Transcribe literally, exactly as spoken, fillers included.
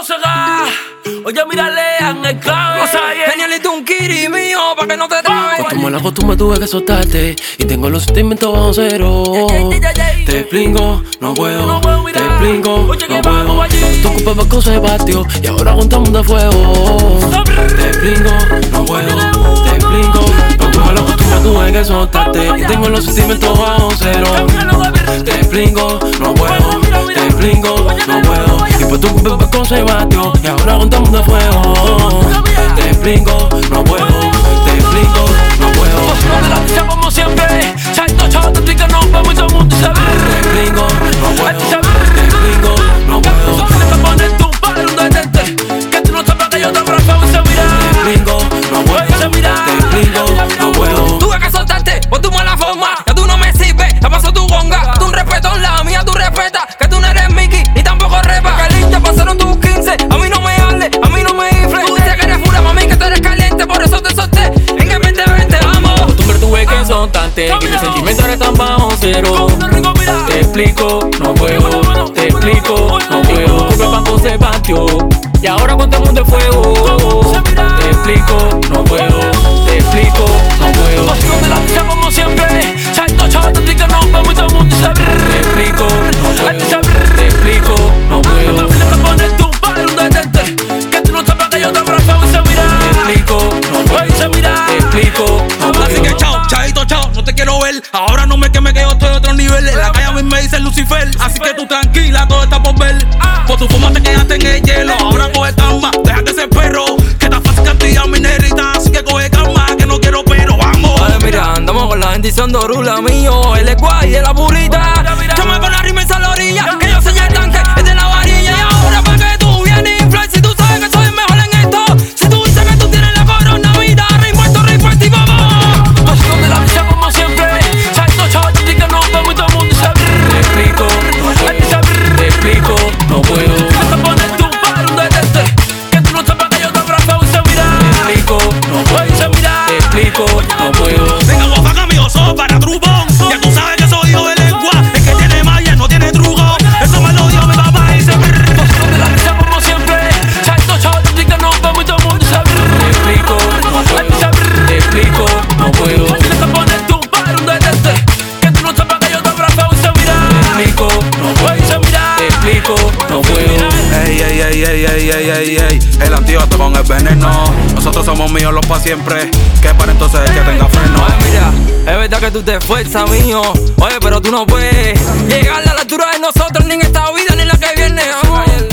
cegar. Oye, mírale, Ángel Clave. Genialito un kiri mío, pa' que no te trabe. Por tu mala costumbre tuve que soltarte y tengo los sentimientos bajo cero. Te explico, no puedo. Te explico, no puedo. Tu culpa por cosas de patio y ahora contamos de fuego. Te explico, no puedo. Te explico, por tu mala costumbre tuve que soltarte y tengo los sentimientos bajo cero. Te explico, no puedo. Te explico, no puedo. Y por tu culpa por cosas de patio y ahora contamos de fuego. Te explico, no puedo. Te explico, no puedo. Por de la pista como siempre. Chaito, chao, te explico, no vamos todo el mundo sabe. Te explico, no puedo. Te explico, no puedo. Solo te pones tu padre un detente. Que tú no sepas que yo te abrazo y se mira. Te explico, no puedo. Te explico, no puedo. Tuve que soltarte por tu mala forma. Que tú no me sirves, te paso tu gonga. Tú un respeto en la mía, tú respetas. Que tú no eres Mickey, ni tampoco repa. Que lista pasaron tus quince. A mí no me hables, a mí no me infles. Tú dices que eres fura, mami, que tú eres caliente. Por eso te solté en el veinte veinte, vamos. Costumbre tuve que soltarte y mis sentimientos ahora están bajo cero. Te explico, no puedo. Te explico, no puedo. Tu cuerpo se partió y ahora contamos de fuego. Te explico, no puedo. Te explico, no puedo. Por de la pista como siempre. Chaito, chao, te explico, no vamos todo el mundo sabe. Te explico, no puedo. Te explico, no puedo. Solo te pones tu padre un detente. Que tú no sepas que yo te abrazo y se mira. Te explico, no puedo. Se mira. Te explico, no puedo. Así que chao, chaito, chao, no te quiero ver. Ahora no me queme que yo estoy a otro nivel. En la calle a mí me dicen Lucifer. Así que tú tranquila, todo está por ver. Por tu forma te quedaste en el hielo. Ahora coge calma, déjate ser perro. Que está fácil castigar mi negrita. Así que coge calma, que no quiero pero vamos. Vale, mira, andamos con la bendición de Orula mío. El guay de la burrita. Chama con la rima en la orilla. Que yo soy el tanque, es de la varilla. Y ahora pa' que tú vienes influencer. Si tú sabes que soy el mejor en esto. Si tú dices que tú tienes la corona vida. Ritmo esto, ritmo esto y vamos. Por de la pista como siempre. Chaito, chao, te explico, no vamos todo el mundo sabe. Te explico, no puedo. Te explico, no puedo. Te pones tu padre un detente. Que tú no sepas que yo te abrazo y se mira. Te explico, no puedo. Se mira. Te explico, no puedo. Venga, guafaca, amigo, sos para trupón. Ya tú sabes que soy hijo de lengua. El que tiene magia no tiene truco. Eso me lo dio mi papá y se me... Por de la pista como siempre. Chaito, chao, te explico, no vamos todo el mundo sabe. Te explico, no puedo. Te explico, no puedo. Te pones tu padre un detente. Que tú no sepas que yo te abrazo y se mira. Te explico, no puedo. Se mira. Te explico, no puedo. Ey, ey, ey, ey, ey, ey, ey, ey. El antídoto con el veneno. Nosotros somos míos los pa' siempre. Que para entonces es que tenga freno. Oye, mira, es verdad que tú te esfuerzas, mío. Oye, pero tú no puedes llegar a la altura de nosotros, ni en esta vida, ni en la que viene. Vamos.